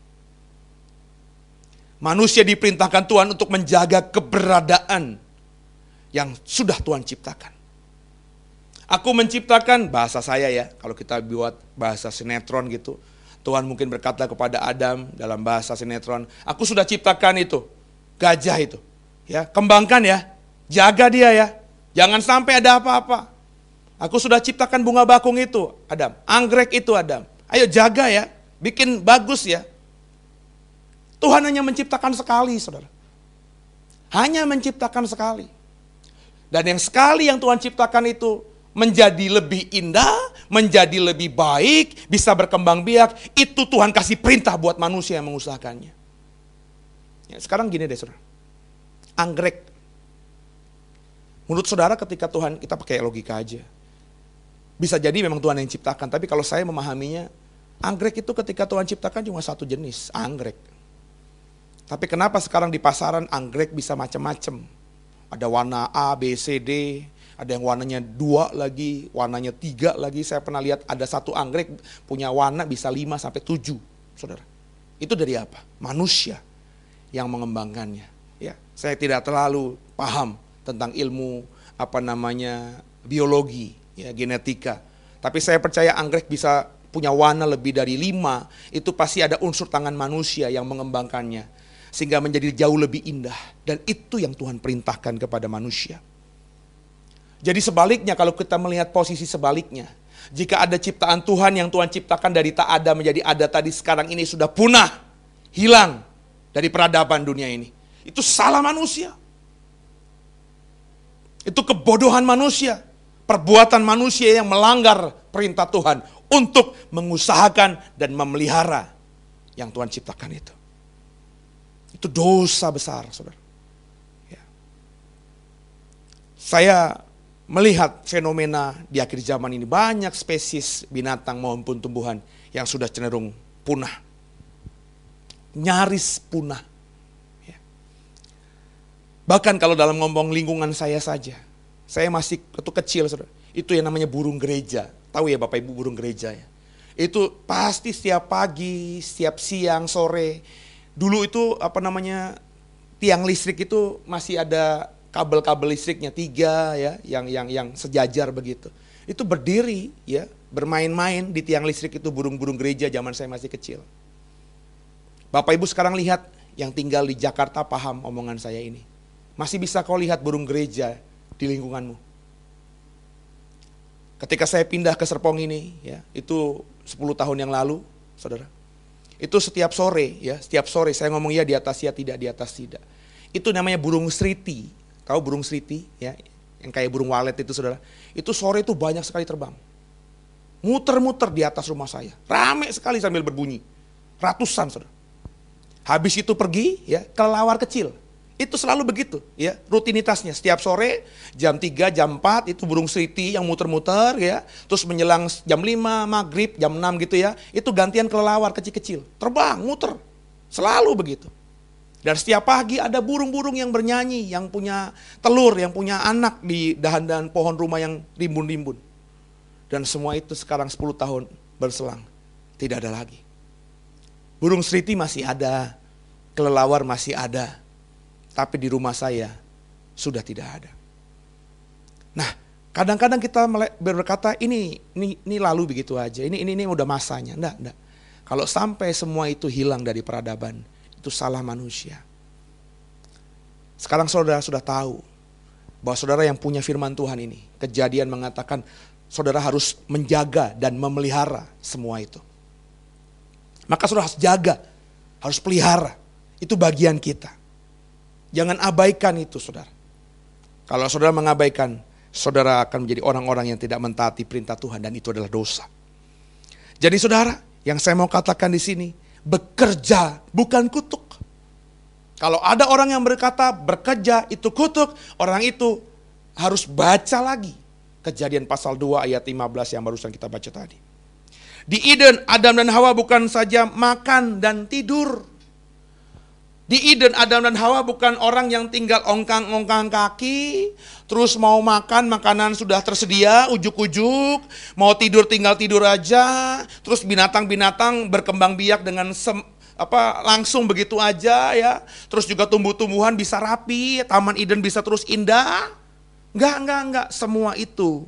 Manusia diperintahkan Tuhan untuk menjaga keberadaan yang sudah Tuhan ciptakan. Aku menciptakan, bahasa saya ya, kalau kita buat bahasa sinetron gitu. Tuhan mungkin berkata kepada Adam dalam bahasa sinetron, aku sudah ciptakan itu, gajah itu. Ya, kembangkan ya, jaga dia ya, jangan sampai ada apa-apa. Aku sudah ciptakan bunga bakung itu, Adam. Anggrek itu, Adam. Ayo jaga ya, bikin bagus ya. Tuhan hanya menciptakan sekali, saudara. Hanya menciptakan sekali. Dan yang sekali yang Tuhan ciptakan itu menjadi lebih indah, menjadi lebih baik, bisa berkembang biak, itu Tuhan kasih perintah buat manusia yang mengusahakannya. Ya, sekarang gini deh saudara, anggrek. Menurut saudara ketika Tuhan, kita pakai logika aja. Bisa jadi memang Tuhan yang ciptakan, tapi kalau saya memahaminya, anggrek itu ketika Tuhan ciptakan cuma satu jenis, anggrek. Tapi kenapa sekarang di pasaran anggrek bisa macam-macam? Ada warna A, B, C, D, ada yang warnanya dua lagi, warnanya tiga lagi. Saya pernah lihat ada satu anggrek punya warna bisa lima sampai tujuh, saudara. Itu dari apa? Manusia yang mengembangkannya. Ya, saya tidak terlalu paham tentang ilmu apa namanya biologi, ya genetika. Tapi saya percaya anggrek bisa punya warna lebih dari lima, itu pasti ada unsur tangan manusia yang mengembangkannya. Sehingga menjadi jauh lebih indah. Dan itu yang Tuhan perintahkan kepada manusia. Jadi sebaliknya kalau kita melihat posisi sebaliknya. Jika ada ciptaan Tuhan yang Tuhan ciptakan dari tak ada menjadi ada tadi, sekarang ini sudah punah. Hilang dari peradaban dunia ini. Itu salah manusia. Itu kebodohan manusia. Perbuatan manusia yang melanggar perintah Tuhan. Untuk mengusahakan dan memelihara yang Tuhan ciptakan itu. Itu dosa besar, saudara. Ya. Saya melihat fenomena di akhir zaman ini banyak spesies binatang maupun tumbuhan yang sudah cenderung punah. Nyaris punah. Ya. Bahkan kalau dalam ngomong lingkungan saya saja, saya masih waktu kecil, saudara, itu yang namanya burung gereja. Tahu ya Bapak Ibu burung gereja ya? Itu pasti setiap pagi, setiap siang, sore. Dulu itu apa namanya tiang listrik itu masih ada kabel-kabel listriknya tiga ya, yang yang yang sejajar begitu. Itu berdiri ya, bermain-main di tiang listrik itu burung-burung gereja zaman saya masih kecil. Bapak Ibu sekarang lihat yang tinggal di Jakarta paham omongan saya ini. Masih bisa kau lihat burung gereja di lingkunganmu. Ketika saya pindah ke Serpong ini ya, itu sepuluh tahun yang lalu, saudara. Itu setiap sore ya, setiap sore saya ngomong ya di atas ya tidak, di atas tidak. Itu namanya burung seriti. Tahu burung seriti ya, yang kayak burung walet itu saudara. Itu sore itu banyak sekali terbang. Muter-muter di atas rumah saya. Rame sekali sambil berbunyi. Ratusan saudara. Habis itu pergi ya, kelelawar kecil. Itu selalu begitu ya, rutinitasnya. Setiap sore jam tiga, jam empat itu burung seriti yang muter-muter ya. Terus menjelang jam lima, maghrib, jam enam gitu ya. Itu gantian kelelawar kecil-kecil. Terbang, muter. Selalu begitu. Dan setiap pagi ada burung-burung yang bernyanyi, yang punya telur, yang punya anak di dahan-dahan pohon rumah yang rimbun-rimbun. Dan semua itu sekarang sepuluh tahun berselang. Tidak ada lagi. Burung seriti masih ada, kelelawar masih ada. Tapi di rumah saya sudah tidak ada. Nah, kadang-kadang kita berkata ini ini ini lalu begitu aja. Ini ini ini udah masanya. Enggak, enggak. Kalau sampai semua itu hilang dari peradaban, itu salah manusia. Sekarang saudara sudah tahu bahwa saudara yang punya firman Tuhan ini, Kejadian mengatakan saudara harus menjaga dan memelihara semua itu. Maka saudara harus jaga, harus pelihara. Itu bagian kita. Jangan abaikan itu saudara. Kalau saudara mengabaikan, saudara akan menjadi orang-orang yang tidak mentaati perintah Tuhan dan itu adalah dosa. Jadi saudara, yang saya mau katakan di sini, bekerja bukan kutuk. Kalau ada orang yang berkata bekerja itu kutuk, orang itu harus baca lagi Kejadian pasal dua ayat lima belas yang barusan kita baca tadi. Di Eden, Adam dan Hawa bukan saja makan dan tidur. Di Eden, Adam dan Hawa bukan orang yang tinggal ongkang-ongkang kaki, terus mau makan, makanan sudah tersedia, ujuk-ujuk, mau tidur tinggal tidur aja, terus binatang-binatang berkembang biak dengan sem, apa langsung begitu aja ya. Terus juga tumbuh-tumbuhan bisa rapi, Taman Eden bisa terus indah. Enggak, enggak, enggak, semua itu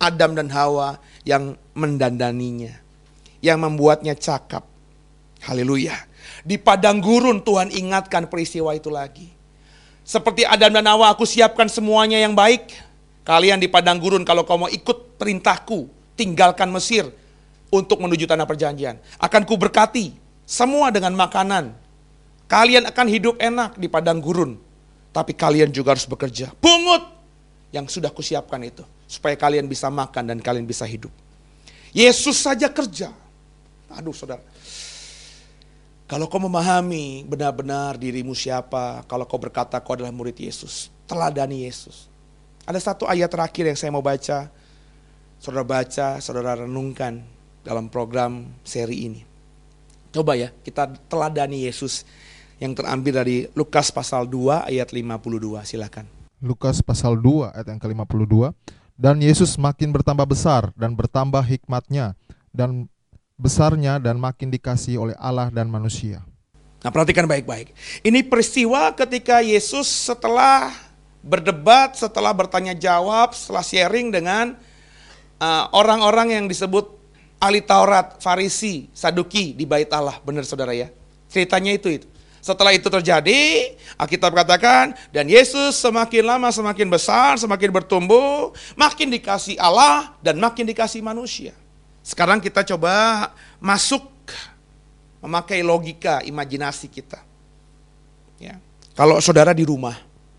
Adam dan Hawa yang mendandaninya, yang membuatnya cakap. Haleluya. Di padang gurun Tuhan ingatkan peristiwa itu lagi. Seperti Adam dan Hawa, aku siapkan semuanya yang baik. Kalian di padang gurun, kalau kau mau ikut perintahku, tinggalkan Mesir untuk menuju tanah perjanjian. Akan ku berkati semua dengan makanan. Kalian akan hidup enak di padang gurun. Tapi kalian juga harus bekerja. Pungut yang sudah kusiapkan itu. Supaya kalian bisa makan dan kalian bisa hidup. Yesus saja kerja. Aduh saudara. Kalau kau memahami benar-benar dirimu siapa, kalau kau berkata kau adalah murid Yesus, teladani Yesus. Ada satu ayat terakhir yang saya mau baca, saudara baca, saudara renungkan dalam program seri ini. Coba ya, kita teladani Yesus yang terambil dari Lukas pasal dua ayat lima puluh dua, silakan. Lukas pasal dua ayat yang ke lima puluh dua. Dan Yesus makin bertambah besar dan bertambah hikmatnya dan besarnya dan makin dikasihi oleh Allah dan manusia. Nah, perhatikan baik-baik. Ini peristiwa ketika Yesus setelah berdebat, setelah bertanya jawab, setelah sharing dengan uh, orang-orang yang disebut ahli Taurat, Farisi, Saduki di Bait Allah. Benar saudara ya? Ceritanya itu itu. Setelah itu terjadi, Alkitab katakan, dan Yesus semakin lama semakin besar, semakin bertumbuh, makin dikasih Allah dan makin dikasih manusia. Sekarang kita coba masuk memakai logika, imajinasi kita. Ya. Kalau saudara di rumah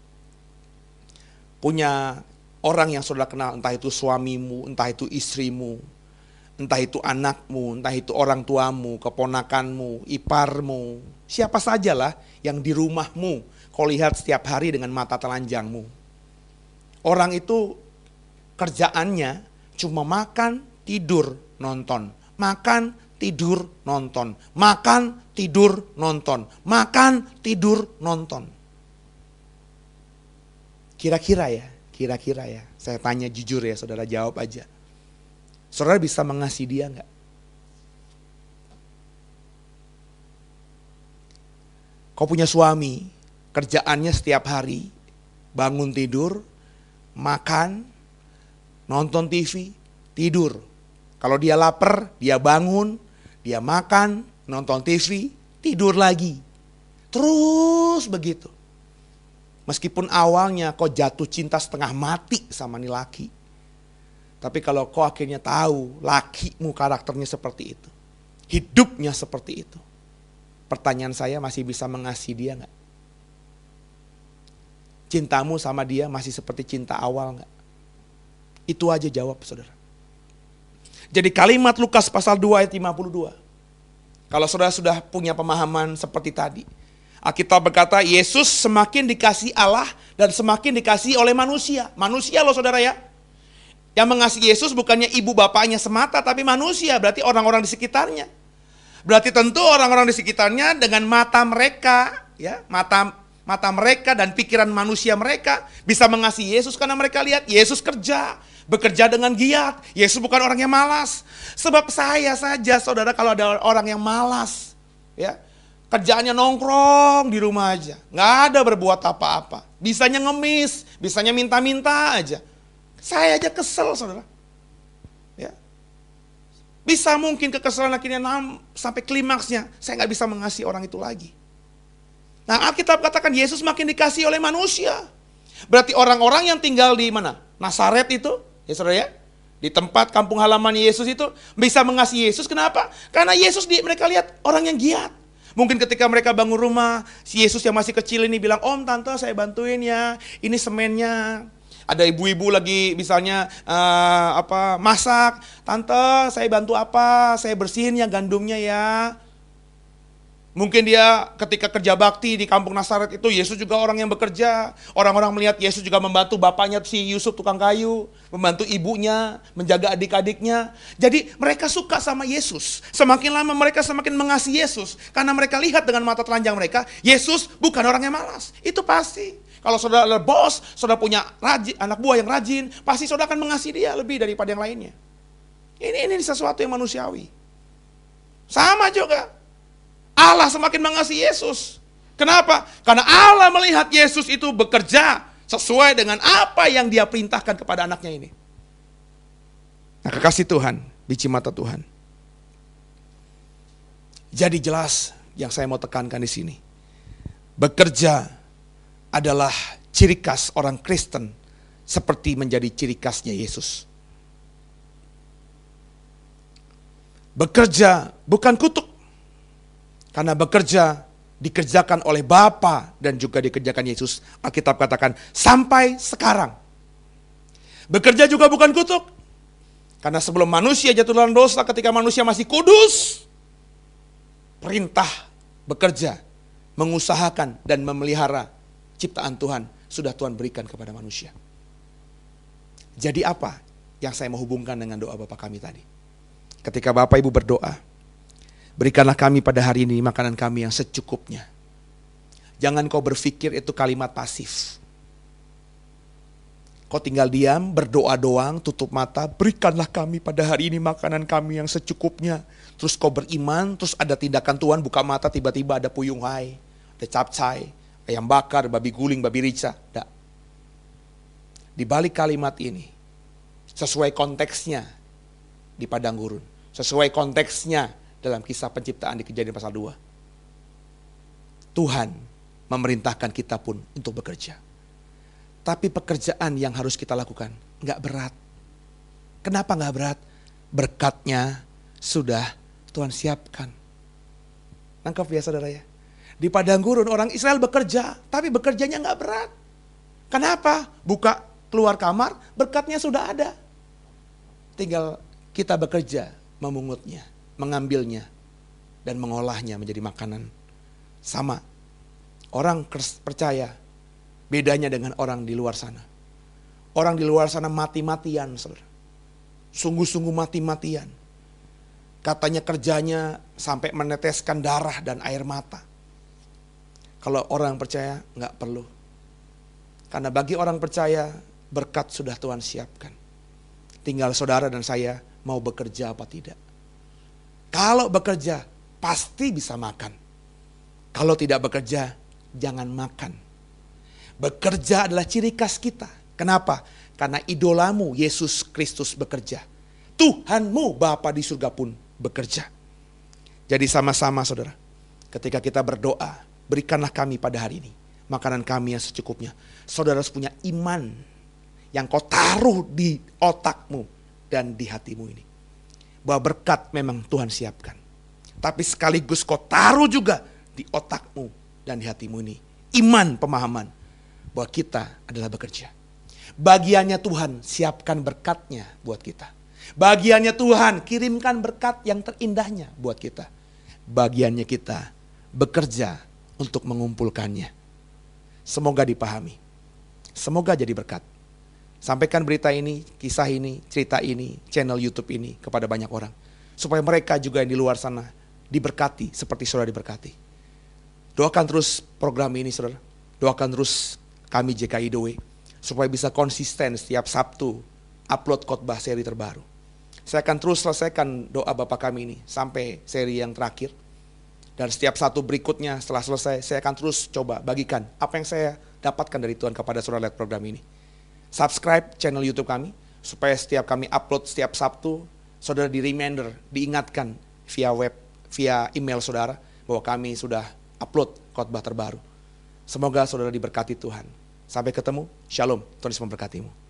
punya orang yang saudara kenal, entah itu suamimu, entah itu istrimu, entah itu anakmu, entah itu orang tuamu, keponakanmu, iparmu, siapa sajalah yang di rumahmu kau lihat setiap hari dengan mata telanjangmu. Orang itu kerjaannya cuma makan, tidur, nonton, makan, tidur, nonton, makan, tidur, nonton, makan, tidur, nonton. Kira-kira ya, kira-kira ya, saya tanya jujur ya, saudara jawab aja. Saudara bisa mengasihi dia enggak? Kau punya suami, kerjaannya setiap hari, bangun tidur, makan, nonton T V, tidur. Kalau dia lapar, dia bangun, dia makan, nonton T V, tidur lagi. Terus begitu. Meskipun awalnya kau jatuh cinta setengah mati sama nih laki. Tapi kalau kau akhirnya tahu lakimu karakternya seperti itu. Hidupnya seperti itu. Pertanyaan saya, masih bisa mengasihi dia enggak? Cintamu sama dia masih seperti cinta awal enggak? Itu aja jawab saudara. Jadi kalimat Lukas pasal dua ayat lima puluh dua. Kalau saudara sudah punya pemahaman seperti tadi. Alkitab berkata Yesus semakin dikasihi Allah dan semakin dikasihi oleh manusia. Manusia loh saudara ya. Yang mengasihi Yesus bukannya ibu bapaknya semata, tapi manusia, berarti orang-orang di sekitarnya. Berarti tentu orang-orang di sekitarnya dengan mata mereka, ya, mata mata mereka dan pikiran manusia mereka bisa mengasihi Yesus karena mereka lihat Yesus kerja. Bekerja dengan giat. Yesus bukan orang yang malas. Sebab saya saja saudara kalau ada orang yang malas. Ya, kerjaannya nongkrong di rumah aja. Nggak ada berbuat apa-apa. Bisanya ngemis. Bisanya minta-minta aja. Saya aja kesel saudara. Ya. Bisa mungkin kekesalan akhirnya sampai klimaksnya. Saya nggak bisa mengasihi orang itu lagi. Nah Alkitab katakan Yesus makin dikasihi oleh manusia. Berarti orang-orang yang tinggal di mana? Nazaret itu. Ya saudara ya, di tempat kampung halaman Yesus itu bisa mengasihi Yesus. Kenapa? Karena Yesus di, mereka lihat orang yang giat. Mungkin ketika mereka bangun rumah, si Yesus yang masih kecil ini bilang, "Om, tante saya bantuin ya, ini semennya." Ada ibu-ibu lagi misalnya uh, apa masak, "Tante saya bantu apa, saya bersihin ya gandumnya ya." Mungkin dia ketika kerja bakti di kampung Nazaret itu, Yesus juga orang yang bekerja. Orang-orang melihat Yesus juga membantu bapaknya si Yusuf tukang kayu, membantu ibunya, menjaga adik-adiknya. Jadi mereka suka sama Yesus. Semakin lama mereka semakin mengasihi Yesus. Karena mereka lihat dengan mata telanjang mereka, Yesus bukan orang yang malas. Itu pasti. Kalau saudara adalah bos, saudara punya rajin, anak buah yang rajin, pasti saudara akan mengasihi dia lebih daripada yang lainnya. Ini, ini sesuatu yang manusiawi. Sama juga. Allah semakin mengasihi Yesus. Kenapa? Karena Allah melihat Yesus itu bekerja sesuai dengan apa yang dia perintahkan kepada anaknya ini. Nah, kekasih Tuhan, biji mata Tuhan. Jadi jelas yang saya mau tekankan di sini. Bekerja adalah ciri khas orang Kristen seperti menjadi ciri khasnya Yesus. Bekerja bukan kutuk. Karena bekerja dikerjakan oleh Bapa dan juga dikerjakan Yesus. Alkitab katakan sampai sekarang. Bekerja juga bukan kutuk. Karena sebelum manusia jatuh dalam dosa, ketika manusia masih kudus, perintah bekerja, mengusahakan dan memelihara ciptaan Tuhan sudah Tuhan berikan kepada manusia. Jadi apa yang saya mau hubungkan dengan doa Bapa kami tadi? Ketika Bapak Ibu berdoa, berikanlah kami pada hari ini makanan kami yang secukupnya. Jangan kau berpikir itu kalimat pasif. Kau tinggal diam, berdoa doang, tutup mata, berikanlah kami pada hari ini makanan kami yang secukupnya. Terus kau beriman, terus ada tindakan Tuhan, buka mata, tiba-tiba ada puyung hai, ada capcay, ayam bakar, babi guling, babi rica. Tidak. Di balik kalimat ini, sesuai konteksnya di padang gurun, sesuai konteksnya dalam kisah penciptaan di Kejadian pasal dua. Tuhan memerintahkan kita pun untuk bekerja. Tapi pekerjaan yang harus kita lakukan nggak berat. Kenapa nggak berat? Berkatnya sudah Tuhan siapkan. Nangkep ya saudara ya? Di padang gurun orang Israel bekerja, tapi bekerjanya nggak berat. Kenapa? Buka keluar kamar, berkatnya sudah ada. Tinggal kita bekerja, memungutnya, mengambilnya, dan mengolahnya menjadi makanan. Sama, orang percaya bedanya dengan orang di luar sana. Orang di luar sana mati-matian, saudara. Sungguh-sungguh mati-matian. Katanya kerjanya sampai meneteskan darah dan air mata. Kalau orang percaya nggak perlu. Karena bagi orang percaya berkat sudah Tuhan siapkan. Tinggal saudara dan saya mau bekerja apa tidak. Kalau bekerja pasti bisa makan. Kalau tidak bekerja jangan makan. Bekerja adalah ciri khas kita. Kenapa? Karena idolamu Yesus Kristus bekerja. Tuhanmu Bapa di surga pun bekerja. Jadi sama-sama saudara, ketika kita berdoa, berikanlah kami pada hari ini makanan kami yang secukupnya. Saudara harus punya iman yang kau taruh di otakmu dan di hatimu ini. Bahwa berkat memang Tuhan siapkan. Tapi sekaligus kau taruh juga di otakmu dan di hatimu ini. Iman, pemahaman bahwa kita adalah bekerja. Bagiannya Tuhan siapkan berkatnya buat kita. Bagiannya Tuhan kirimkan berkat yang terindahnya buat kita. Bagiannya kita bekerja untuk mengumpulkannya. Semoga dipahami. Semoga jadi berkat. Sampaikan berita ini, kisah ini, cerita ini, channel YouTube ini kepada banyak orang. Supaya mereka juga yang di luar sana diberkati seperti saudara diberkati. Doakan terus program ini saudara. Doakan terus kami J K I The Way. Supaya bisa konsisten setiap Sabtu upload khotbah seri terbaru. Saya akan terus selesaikan doa Bapa kami ini sampai seri yang terakhir. Dan setiap satu berikutnya setelah selesai saya akan terus coba bagikan apa yang saya dapatkan dari Tuhan kepada saudara lihat program ini. Subscribe channel YouTube kami supaya setiap kami upload setiap Sabtu, saudara di reminder, diingatkan via web, via email saudara bahwa kami sudah upload khotbah terbaru. Semoga saudara diberkati Tuhan. Sampai ketemu, shalom, Tuhan Yesus memberkatimu.